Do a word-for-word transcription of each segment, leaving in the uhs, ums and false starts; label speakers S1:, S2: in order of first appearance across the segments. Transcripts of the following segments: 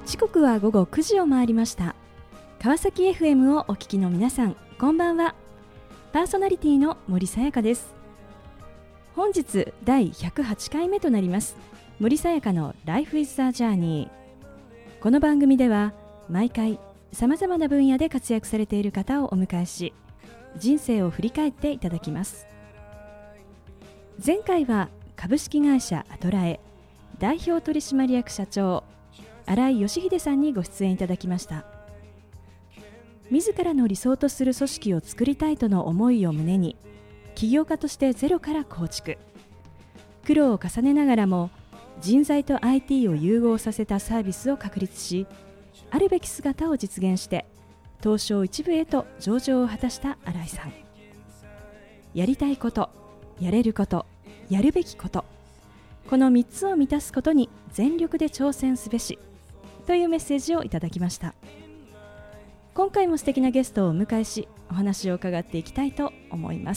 S1: 時刻は午後くじを回りました。川崎 エフエム をお聞きの皆さん、こんばんは。パーソナリティの森さやかです。本日だいひゃくはちかいめとなります森さやかの Life is a Journey。 この番組では毎回さまざまな分野で活躍されている方をお迎えし、人生を振り返っていただきます。前回は株式会社アトラエ代表取締役社長新井義秀さんにご出演いただきました。自らの理想とする組織を作りたいとの思いを胸に、起業家としてゼロから構築、苦労を重ねながらも人材と アイティー を融合させたサービスを確立し、あるべき姿を実現して東証一部へと上場を果たした新井さん。やりたいこと、やれること、やるべきこと、このみっつを満たすことに全力で挑戦すべしというメッセージをいただきました。今回も素敵なゲストをお迎えし、お話を伺っていきたいと思います。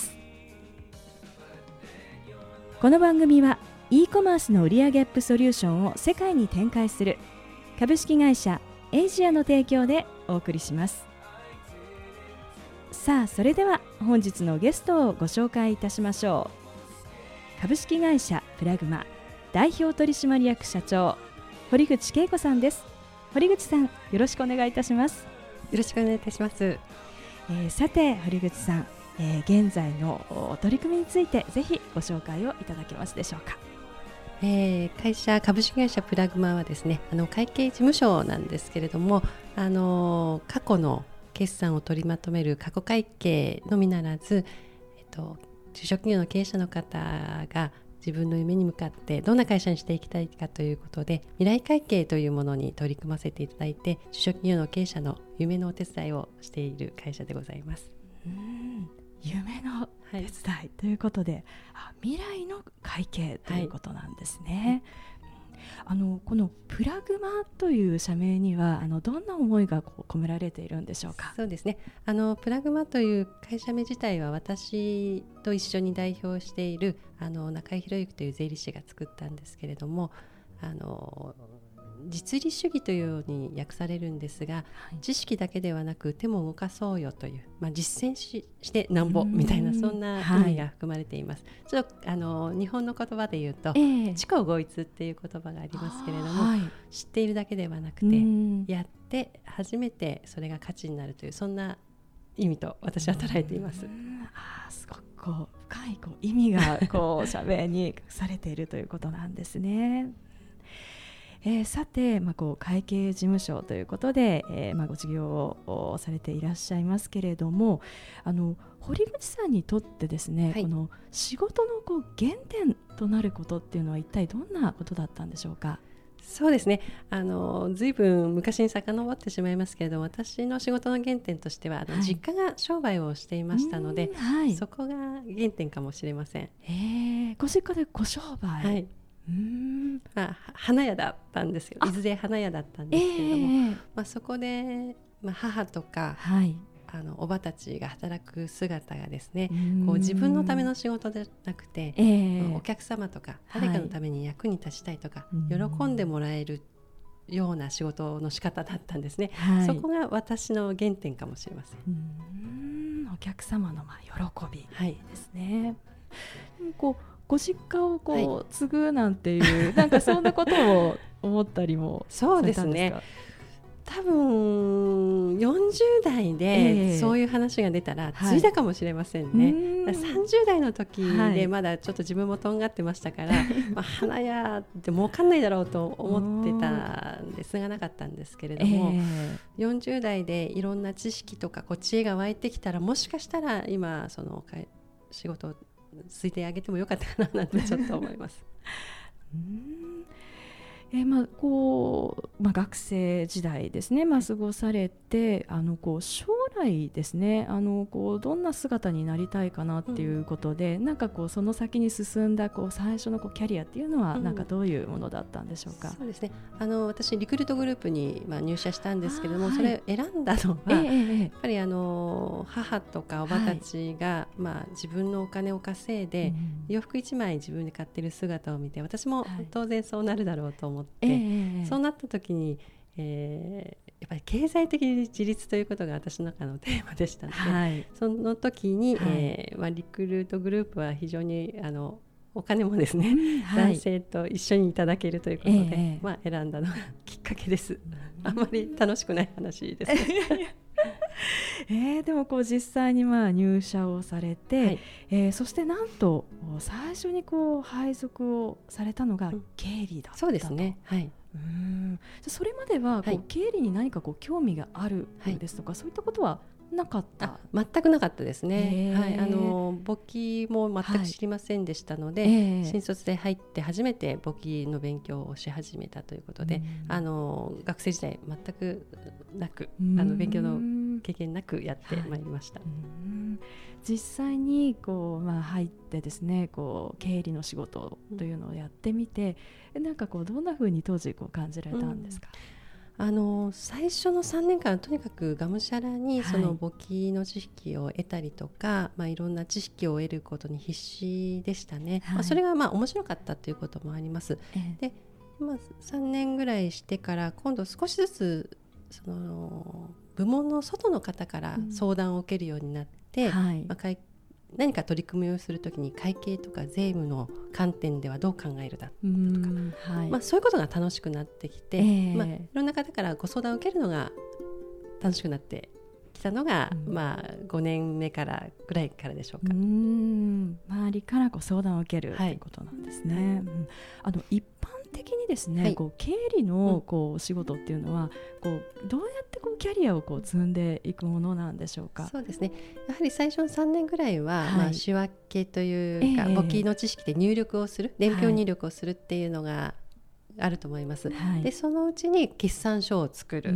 S1: この番組は e コマースの売上アップソリューションを世界に展開する株式会社エイジアの提供でお送りします。さあ、それでは本日のゲストをご紹介いたしましょう。株式会社プラグマ代表取締役社長堀口恵子さんです。堀口さん、よろしくお願いいたします。
S2: よろしくお願いいたします。
S1: えー、さて堀口さん、えー、現在の取り組みについてぜひご紹介をいただけますでしょうか。
S2: えー、会社株式会社プラグマはですね、あの会計事務所なんですけれども、あの過去の決算を取りまとめる過去会計のみならず、えっと、中小企業の経営者の方が自分の夢に向かってどんな会社にしていきたいかということで、未来会計というものに取り組ませていただいて、中小企業の経営者の夢のお手伝いをしている会社でございます。
S1: うーん、夢の手伝い、はい、ということで、あ、未来の会計ということなんですね。はい、あのこのプラグマという社名にはあのどんな思いがこう込められているんでしょうか。
S2: そうですね、あのプラグマという会社名自体は私と一緒に代表しているあの中井博之という税理士が作ったんですけれども、あの実利主義というように訳されるんですが、はい、知識だけではなく手も動かそうよという、まあ、実践 し, してなんぼみたいな、そんな意味が含まれています。はい、ちょっとあの日本の言葉で言うと、えー、知行合一っていう言葉がありますけれども、はい、知っているだけではなくてやって初めてそれが価値になるという、そんな意味と私は捉えています。
S1: あ、すごくこう深いこう意味がこう社名に隠されているということなんですね。えー、さて、まあ、こう会計事務所ということで、えーまあ、ご事業をされていらっしゃいますけれども、あの堀口さんにとってですね、はい、この仕事のこう原点となることっていうのは一体どんなことだったんでしょうか。
S2: そうですね、あのずいぶん昔に遡ってしまいますけれども、私の仕事の原点としては、あの、はい、実家が商売をしていましたので、はい、そこが原点かもしれません。
S1: へー、ご実家でご商売、はい、うーん、
S2: まあ、花屋だったんですけど、いずれ花屋だったんですけれども、えーまあ、そこで、まあ、母とか、はい、あのおばたちが働く姿がですね、こう自分のための仕事ではなくて、えー、お客様とか誰かのために役に立ちたいとか、はい、喜んでもらえるような仕事の仕方だったんですね。はい、そこが私の原点かもしれません。
S1: うーん、お客様のまあ喜びですね。はい、こうご実家をこう、はい、継ぐなんていうなんかそんなことを思ったりもされたんですか。
S2: そうですね、多分よんじゅう代でそういう話が出たら継いだかもしれませんね。はい、さんじゅう代の時でまだちょっと自分もとんがってましたから、はい、まあ、花屋って儲かんないだろうと思ってたんですがなかったんですけれども、えー、よんじゅう代でいろんな知識とかこう知恵が湧いてきたら、もしかしたら今その仕事をついてあげてもよかったかななんてちょっと思います。
S1: うーん、えーまあこうまあ、学生時代ですね、まあ、過ごされて、あのこう将来ですね、あのこうどんな姿になりたいかなっていうことで、うん、なんかこうその先に進んだこう最初のこうキャリアっていうのはなんかどういうものだったんでしょうか。
S2: うん、そうですね、あの私リクルートグループにまあ入社したんですけれども、それを選んだのは、えー、やっぱりあの母とかおばたちが、はい、まあ、自分のお金を稼いで、うん、洋服いちまい自分で買ってる姿を見て、私も当然そうなるだろうと思って、はい、えー、そうなった時にえー、やっぱり経済的自立ということが私の中のテーマでしたので、はい、その時に、はい、えーまあ、リクルートグループは非常にあのお金もですね、うんはい、男性と一緒にいただけるということで、えーまあ、選んだのがきっかけです。あんまり楽しくない話ですね
S1: えー、でもこう実際にまあ入社をされて、はい、えー、そしてなんと最初にこう配属をされたのが経理だったと、うん、そうですね、はい、うーんそれまではこう、はい、経理に何かこう興味があるですとか、はい、そういったことはなかった？
S2: 全くなかったですね、はい、あの簿記も全く知りませんでしたので、はい、新卒で入って初めて簿記の勉強をし始めたということで、あの学生時代全くなくあの勉強の経験なくやってまいりました、はい、
S1: うん実際にこう、まあ、入ってですねこう経理の仕事というのをやってみて、うん、なんかこうどんな風に当時こう感じられたんですか？
S2: うん、あの最初のさんねんかんとにかくがむしゃらにその簿記の知識を得たりとか、はいまあ、いろんな知識を得ることに必死でしたね、はいまあ、それがまあ面白かったということもあります、ええ、で、まあ、さんねんぐらいしてから今度少しずつその部門の外の方から相談を受けるようになって、うんはいまあ、何か取り組みをするときに会計とか税務の観点ではどう考えるだとか、うんはいまあ、そういうことが楽しくなってきて、えーまあ、いろんな方からご相談を受けるのが楽しくなってきたのが、うんまあ、ごねんめからぐらいからでしょうか。
S1: うん周りからご相談を受けるということなんですね、はいうん、あの一般的にですね、はい、こう経理のこう仕事っていうのはこうどうやってこうキャリアをこう積んでいくものなんでしょうか？
S2: そうですね、やはり最初のさんねんぐらいは、はいまあ、仕分けというか、えー、簿記の知識で入力をする伝票入力をするっていうのがあると思います、はい、でそのうちに決算書を作る、うん、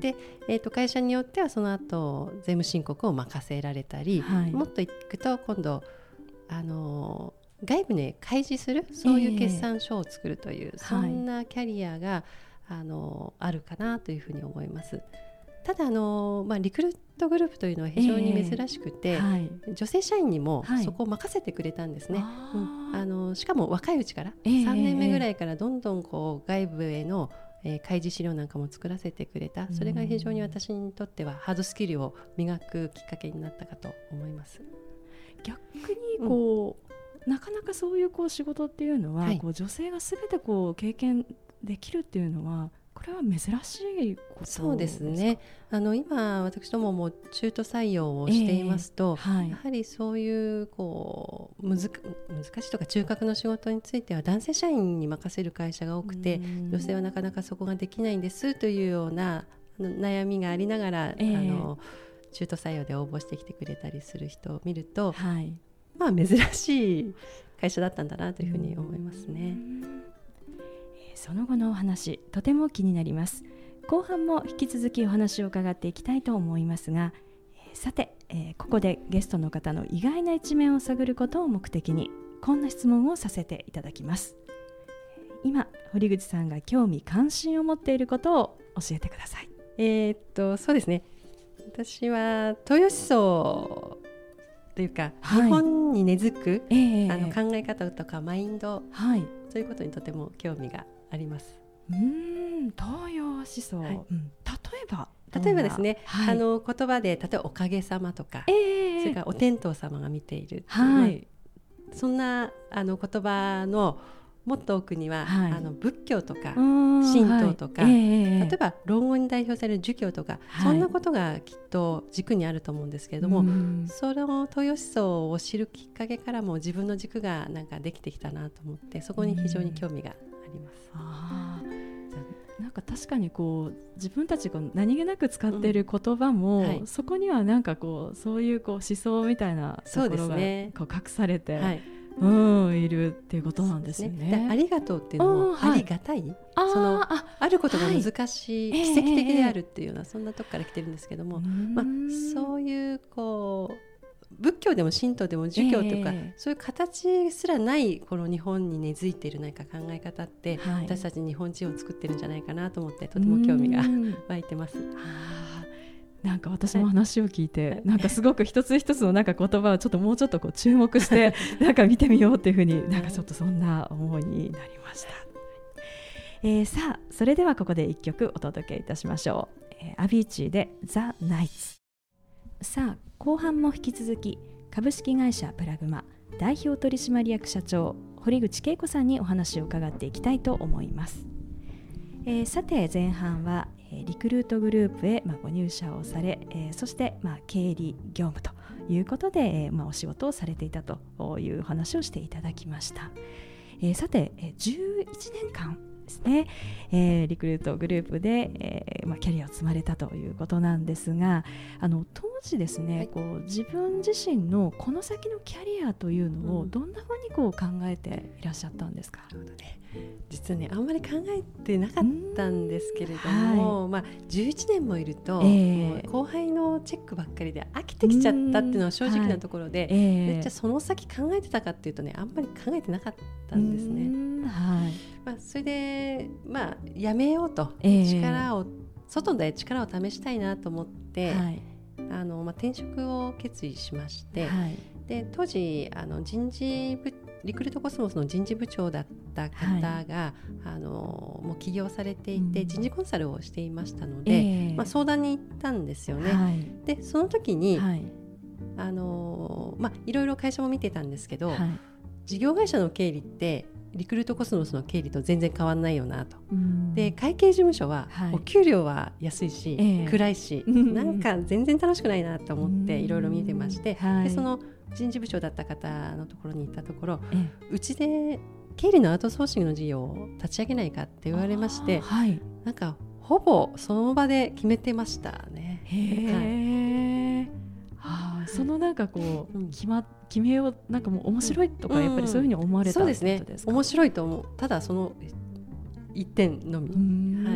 S2: で、えー、と会社によってはその後税務申告を任せられたり、はい、もっといくと今度あのー外部に開示するそういう決算書を作るという、えー、そんなキャリアが、はい、あのあるかなというふうに思います。ただあの、まあ、リクルートグループというのは非常に珍しくて、えーはい、女性社員にもそこを任せてくれたんですね、はいうん、あのしかも若いうちから、えー、さんねんめぐらいからどんどんこう外部へのえー、開示資料なんかも作らせてくれた。それが非常に私にとってはハードスキルを磨くきっかけになったかと思います。
S1: 逆にこう、うんなかなかそういうこう仕事っていうのは、はい、こう女性が全てこう経験できるっていうのはこれは珍しいことですか？
S2: そうですね、あの今私どもも中途採用をしていますと、えーはい、やはりそういう、こう 難, 難しいとか中核の仕事については男性社員に任せる会社が多くて女性はなかなかそこができないんですというような悩みがありながら、えー、あの中途採用で応募してきてくれたりする人を見ると、はいまあ、珍しい会社だったんだなというふうに思いますね。
S1: その後のお話とても気になります。後半も引き続きお話を伺っていきたいと思いますが、さて、えー、ここでゲストの方の意外な一面を探ることを目的にこんな質問をさせていただきます。今堀口さんが興味関心を持っていることを教えてください。
S2: えー、っとそうですね、私は東洋思想というか、はい、日本に根付く、えー、あの考え方とかマインド、はい、そういうことにとても興味があります。
S1: うーん東洋思想、はいうん、例えば
S2: 例えばですね、はい、あの言葉で例えばおかげさまとか、えー、それからお天道様が見ている、はい、そんなあの言葉のもっと奥には、はい、あの仏教とか神道とか、はいえー、例えば論語に代表される儒教とか、はい、そんなことがきっと軸にあると思うんですけれども、その東洋思想を知るきっかけからも自分の軸がなんかできてきたなと思って、そこに非常に興味があります。
S1: あなんか確かにこう自分たちが何気なく使っている言葉も、うんはい、そこにはなんかこうそういうこう思想みたいなところがこう隠されて、はいうん、いるっていうことなんですよ ね,
S2: ね。ありがとうっていうのもありがたい、はい、その あ, あることが難しい、はい、奇跡的であるっていうような、えー、そんなとこから来てるんですけども、まあ、そういうこう仏教でも神道でも儒教とか、えー、そういう形すらないこの日本に根付いている何か考え方って、はい、私たち日本人を作ってるんじゃないかなと思って、とても興味が湧いてます。
S1: なんか私も話を聞いて、はい、なんかすごく一つ一つのなんか言葉をちょっともうちょっとこう注目してなんか見てみようっていうふうになんかちょっとそんな思いになりました。 えー、さあそれではここでいっきょくお届けいたしましょう、えー、アビーチーでザ・ナイツ。さあ後半も引き続き株式会社プラグマ代表取締役社長堀口恵子さんにお話を伺っていきたいと思います。えー、さて前半は、えー、リクルートグループへ、まあ、ご入社をされ、えー、そして、まあ、経理業務ということで、えーまあ、お仕事をされていたというお話をしていただきました。えー、さて、えー、じゅういちねんかんですね、えー、リクルートグループで、えーまあ、キャリアを積まれたということなんですが、あの当時ですね、はい、こう自分自身のこの先のキャリアというのをどんなふうにこう考えていらっしゃったんですか？
S2: なるほどね、実はねあんまり考えてなかったんですけれども、はい、まあ、じゅういちねんもいると、えー、もう後輩のチェックばっかりで飽きてきちゃったっていうのは正直なところで、はい、えー、でじゃあその先考えてたかっていうとねあんまり考えてなかったんですね。はい、まあ、それで、まあ、やめようと、えー、力を外で力を試したいなと思って、はい、あのまあ、転職を決意しまして、はい、で当時あの人事部リクルートコスモスの人事部長だった方が、はい、あのもう起業されていて、うん、人事コンサルをしていましたので、えーまあ、相談に行ったんですよね。はい、でその時に、はい、あのまあ、いろいろ会社も見てたんですけど、はい、事業会社の経理ってリクルートコスモスの経理と全然変わんないよなと。で会計事務所はお給料は安いし、はい、暗いし、えー、なんか全然楽しくないなと思っていろいろ見てまして、はい、でその人事部長だった方のところに行ったところ、えー、うちで経理のアウトソーシングの事業を立ち上げないかって言われまして、はい、なんかほぼその場で決めてましたね。へ
S1: ー、はい、はあ、そのなんかこう、うん、決ま決めようなんかもう面白いとか、うん、やっぱりそういうふうに思われた、うん、そうですね、
S2: ですか？面白いと思う。ただその一点のみ、はい、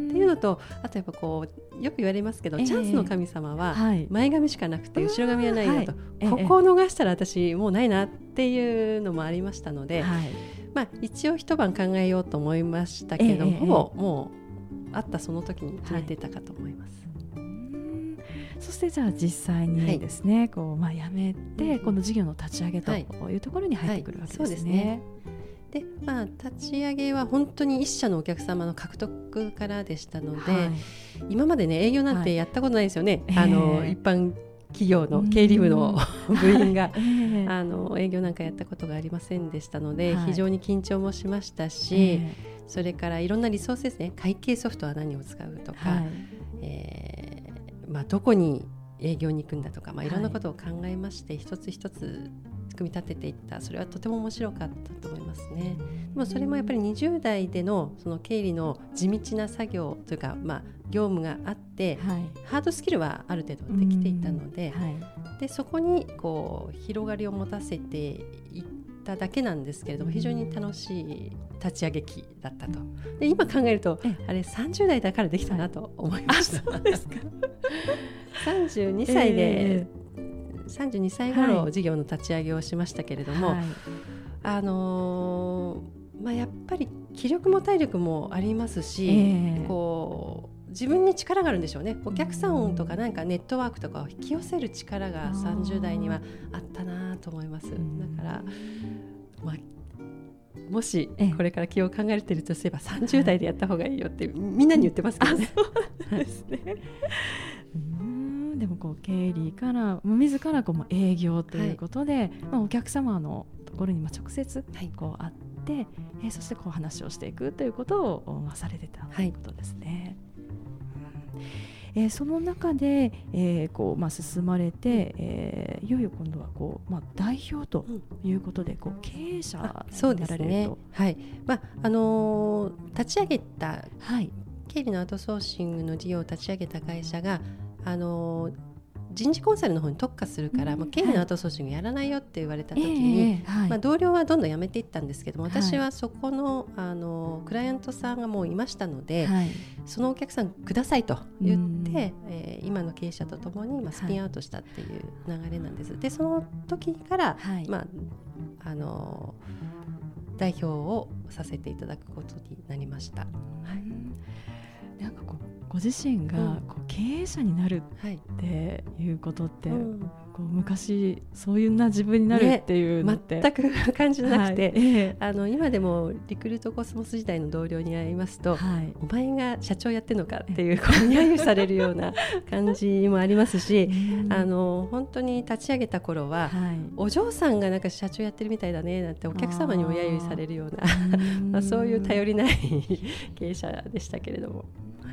S2: っていうのと、あとやっぱこうよく言われますけど、えー、チャンスの神様は前髪しかなくて後ろ髪はないよと、はい、ここを逃したら私もうないなっていうのもありましたので、はい、まあ、一応一晩考えようと思いましたけど、えー、ほぼもうあったその時に決めてたかと思います。はい、
S1: そしてじゃあ実際にですね、はい、こうまあ、辞めてこの事業の立ち上げというところに入ってくるわけですね。はいはい、そうですね。
S2: でまあ、立ち上げは本当に一社のお客様の獲得からでしたので、はい、今までね営業なんてやったことないですよね。はい、あの、えー、一般企業の経理部の部員が、えー、あの営業なんかやったことがありませんでしたので、はい、非常に緊張もしましたし、えー、それからいろんなリソースですね、会計ソフトは何を使うとか、はい、えーまあ、どこに営業に行くんだとか、まあ、いろんなことを考えまして、はい、一つ一つ組み立てていった。それはとても面白かったと思いますね。でもそれもやっぱりにじゅう代で の, その経理の地道な作業というか、まあ、業務があって、はい、ハードスキルはある程度できていたので、はい、でそこにこう広がりを持たせていっただけなんですけれども、非常に楽しい立ち上げ期だったと。で今考えるとあれさんじゅう代だからできたなと思いました。はい、そうですか。さんじゅうにさいで、えーさんじゅうにさい頃事業の立ち上げをしましたけれども、はい、あのーまあ、やっぱり気力も体力もありますし、えー、こう自分に力があるんでしょうね。お客さんとかなんかネットワークとかを引き寄せる力がさんじゅう代にはあったなと思います。だから、まあ、もしこれから起業を考えているとすればさんじゅう代でやった方がいいよってみんなに言ってますけどね。
S1: そうなんですね。でもこう経理から自らこう営業ということで、はい、まあ、お客様のところにまあ直接こう会って、はい、えー、そしてこう話をしていくということを、まあ、されてたということですね。はい、うん、えー、その中で、えーこうまあ、進まれて、えー、いよいよ今度はこう、まあ、代表ということで、こう経営者になられると。そうですね、
S2: はい、まああのー、立ち上げた、はい、経理のアウトソーシングの事業を立ち上げた会社があの人事コンサルの方に特化するから、うん、もう経理のアウトソーシングやらないよって言われた時に、えーはい、まあ、同僚はどんどん辞めていったんですけども、私はそこ の, あのクライアントさんがもういましたので、はい、そのお客さんくださいと言って、うん、えー、今の経営者とともに、まあ、スピンアウトしたっていう流れなんです。はい、でその時から、はい、まあ、あの代表をさせていただくことになりました。はい、
S1: なんかこうご自身がこう経経営者になるっていうことって、はい、うん、こう昔そういうな自分になるっていうのって、
S2: ね、全く感じなくて、はい、
S1: えー、
S2: あの今でもリクルートコスモス時代の同僚に会いますと、はい、お前が社長やってんのかっていうこう揶揄されるような感じもありますしあの本当に立ち上げた頃は、はい、お嬢さんがなんか社長やってるみたいだねなんてお客様にも揶揄されるようなまあそういう頼りない経営者でしたけれども、はい、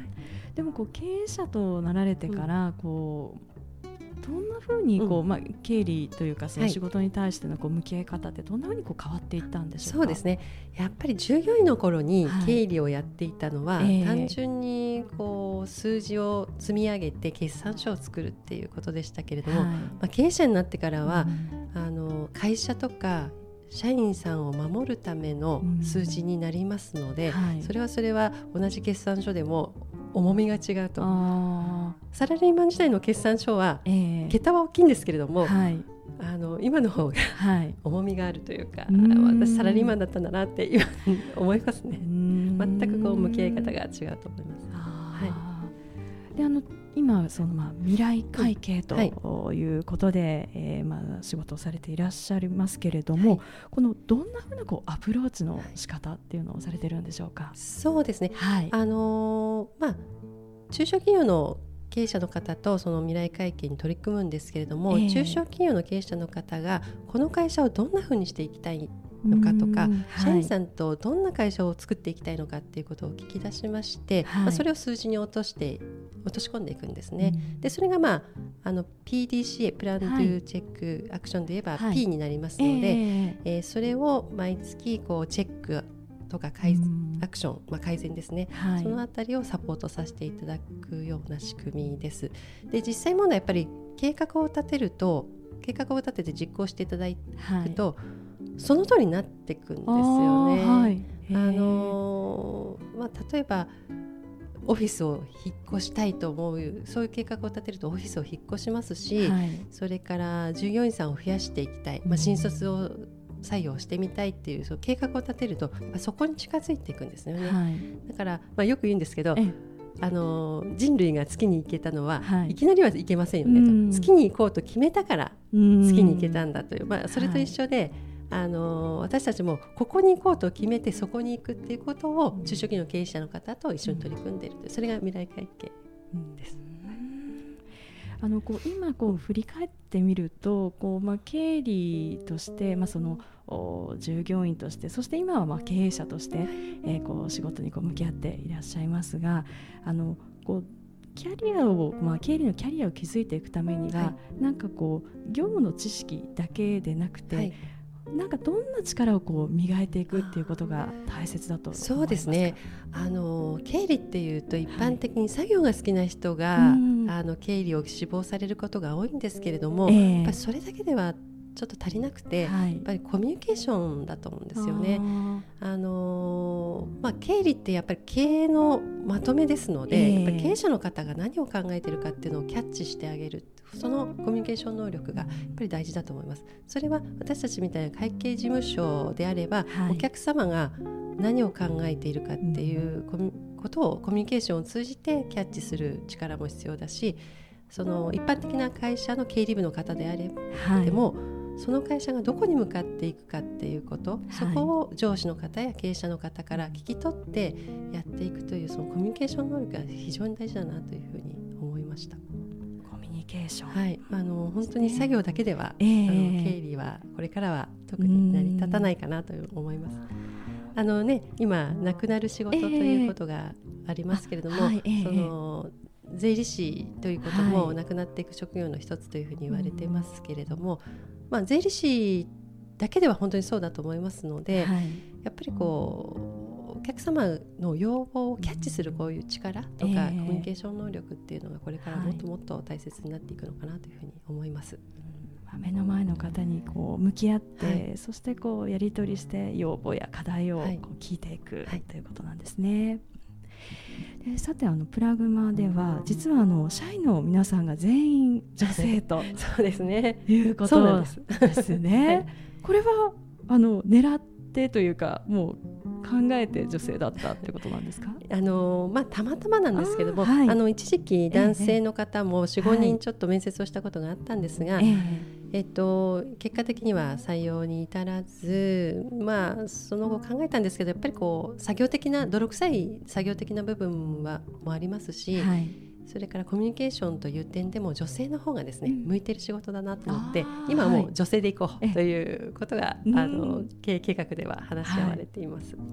S1: でもこう経営者となられてから、うん、こうどんなふうにこう、うん、まあ、経理というかその仕事に対してのこう向き合い方ってどんなふうにこう変わっていったんでしょうか。
S2: そうですね、やっぱり従業員の頃に経理をやっていたのは、はい、単純にこう数字を積み上げて決算書を作るっていうことでしたけれども、はい、まあ、経営者になってからは、うん、あの会社とか社員さんを守るための数字になりますので、うん、はい、それはそれは同じ決算書でも重みが違うと。サラリーマン時代の決算書は、えー、桁は大きいんですけれども、はい、あの今の方が、はい、重みがあるというか、私サラリーマンだったんだなって今思いますね。全くこう向き合い方が違うと思います。
S1: はい、であの今その、まあ、未来会計ということで、はい、えーまあ、仕事をされていらっしゃいますけれども、はい、このどんなふうなこうアプローチの仕方っていうのをされているんでしょうか。
S2: そうですね、はい、あのーまあ、中小企業の経営者の方とその未来会計に取り組むんですけれども、えー、中小企業の経営者の方がこの会社をどんなふうにしていきたいのかとか、社員さんとどんな会社を作っていきたいのかっていうことを聞き出しまして、はい、まあ、それを数字に落として落とし込んでいくんですね、うん、でそれが、まあ、あの ピーディーシーエー プランドゥチェック、はい、アクションで言えば P になりますので、はい、えーえー、それを毎月こうチェックとか改、うん、アクション、まあ、改善ですね、はい、そのあたりをサポートさせていただくような仕組みです。で実際問題やっぱり計画を立てると計画を立てて実行していただくと、はい、その通りになっていくんですよね。あ、はい、あのーまあ、例えばオフィスを引っ越したいと思うそういう計画を立てるとオフィスを引っ越しますし、はい、それから従業員さんを増やしていきたい、まあ、新卒を採用してみたいっていう、その計画を立てるとそこに近づいていくんですよね、はい、だから、まあ、よく言うんですけど、あの人類が月に行けたのは、はい、いきなりは行けませんよねと、月に行こうと決めたから月に行けたんだという、まあ、それと一緒で、はい、あの私たちもここに行こうと決めてそこに行くっていうことを中小企業の経営者の方と一緒に取り組んでいるという、それが未来会計です。
S1: あのこう今こう振り返ってみるとこう、まあ、経理として、まあ、その従業員として、そして今はまあ経営者として、えー、こう仕事にこう向き合っていらっしゃいますが、あのこうキャリアを、まあ、経理のキャリアを築いていくためには、はい、なんかこう業務の知識だけでなくて、はい、なんかどんな力をこう磨いていくっていうことが大切だと思いますか。
S2: そうですね、あの経理っていうと一般的に作業が好きな人が、はい、あの経理を志望されることが多いんですけれども、えー、やっぱりそれだけではちょっと足りなくて、はい、やっぱりコミュニケーションだと思うんですよね。ああのーまあ、経理ってやっぱり経営のまとめですので、えー、やっぱり経営者の方が何を考えているかっていうのをキャッチしてあげる、そのコミュニケーション能力がやっぱり大事だと思います。それは私たちみたいな会計事務所であれば、はい、お客様が何を考えているかっていうことをコミュニケーションを通じてキャッチする力も必要だし、その一般的な会社の経理部の方であれば、はい、でもその会社がどこに向かっていくかっていうこと、はい、そこを上司の方や経営者の方から聞き取ってやっていくという、そのコミュニケーション能力が非常に大事だなというふうに思いました。
S1: コミュニケーション、
S2: はい、あの本当に作業だけでは、えー、あの経理はこれからは特に成り立たないかなと思います。あのね、今なくなる仕事ということがありますけれども、えーはいえー、その税理士ということもなくなっていく職業の一つというふうに言われてますけれども、はい、まあ、税理士だけでは本当にそうだと思いますので、はい、やっぱりこうお客様の要望をキャッチするこういう力とか、えー、コミュニケーション能力っていうのがこれからもっともっと大切になっていくのかなというふうに思います。
S1: はい、目の前の方にこう向き合って、はい、そしてこうやり取りして要望や課題をこう聞いていく、はい、ということなんですね。でさて、あのプラグマでは実はあの社員の皆さんが全員女性と
S2: そうですね、
S1: いうことなんですね。はい、これはあの狙ってというかもうえて女性だったってことなんですか？
S2: あのまあ、たまたまなんですけども、あ、
S1: はい、
S2: あの一時期男性の方も よん、ごにん
S1: はい、
S2: ちょっと面接をしたことがあったんですが、
S1: ええ
S2: えっと、結果的には採用に至らず、まあ、その後考えたんですけど、やっぱりこう作業的な泥臭い作業的な部分はもありますし、はい、それからコミュニケーションという点でも女性の方がですね、うん、向いている仕事だなと思って、今はもう女性で行こうということが、はい、あの経営計画では話し合われています、はい。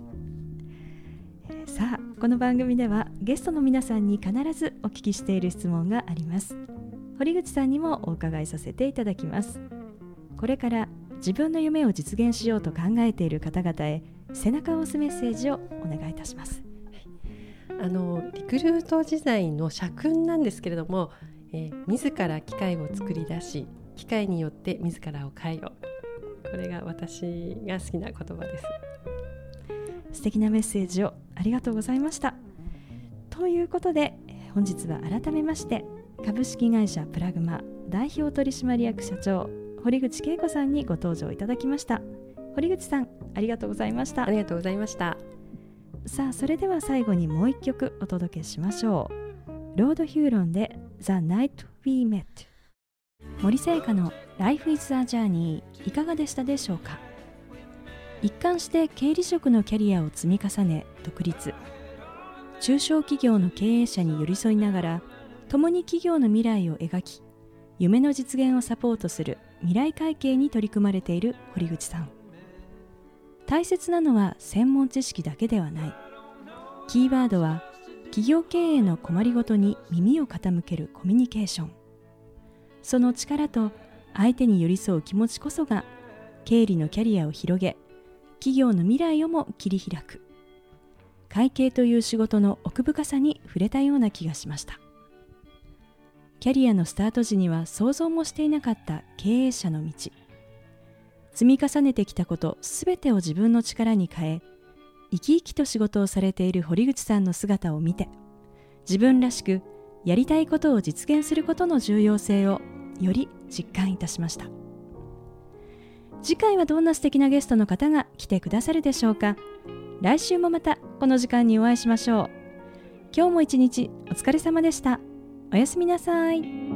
S1: さあ、この番組ではゲストの皆さんに必ずお聞きしている質問があります。堀口さんにもお伺いさせていただきます。これから自分の夢を実現しようと考えている方々へ背中を押すメッセージをお願いいたします。
S2: あのリクルート時代の社訓なんですけれども、えー、自ら機械を作り出し、機械によって自らを変えよう。これが私が好きな言葉です。
S1: 素敵なメッセージをありがとうございました。ということで本日は改めまして株式会社プラグマ代表取締役社長堀口恵子さんにご登場いただきました。堀口さん、ありがとうございました。
S2: ありがとうございました。
S1: さあ、それでは最後にもう一曲お届けしましょう。ロードヒューロンで The Night We Met。 森さやかの Life is a Journey いかがでしたでしょうか？一貫して経理職のキャリアを積み重ね独立、中小企業の経営者に寄り添いながら共に企業の未来を描き、夢の実現をサポートする未来会計に取り組まれている堀口さん。大切なのは専門知識だけではない。キーワードは企業経営の困りごとに耳を傾けるコミュニケーション。その力と相手に寄り添う気持ちこそが経理のキャリアを広げ、企業の未来をも切り開く。会計という仕事の奥深さに触れたような気がしました。キャリアのスタート時には想像もしていなかった経営者の道。積み重ねてきたことすべてを自分の力に変え、生き生きと仕事をされている堀口さんの姿を見て、自分らしくやりたいことを実現することの重要性をより実感いたしました。次回はどんな素敵なゲストの方が来てくださるでしょうか。来週もまたこの時間にお会いしましょう。今日も一日お疲れ様でした。おやすみなさい。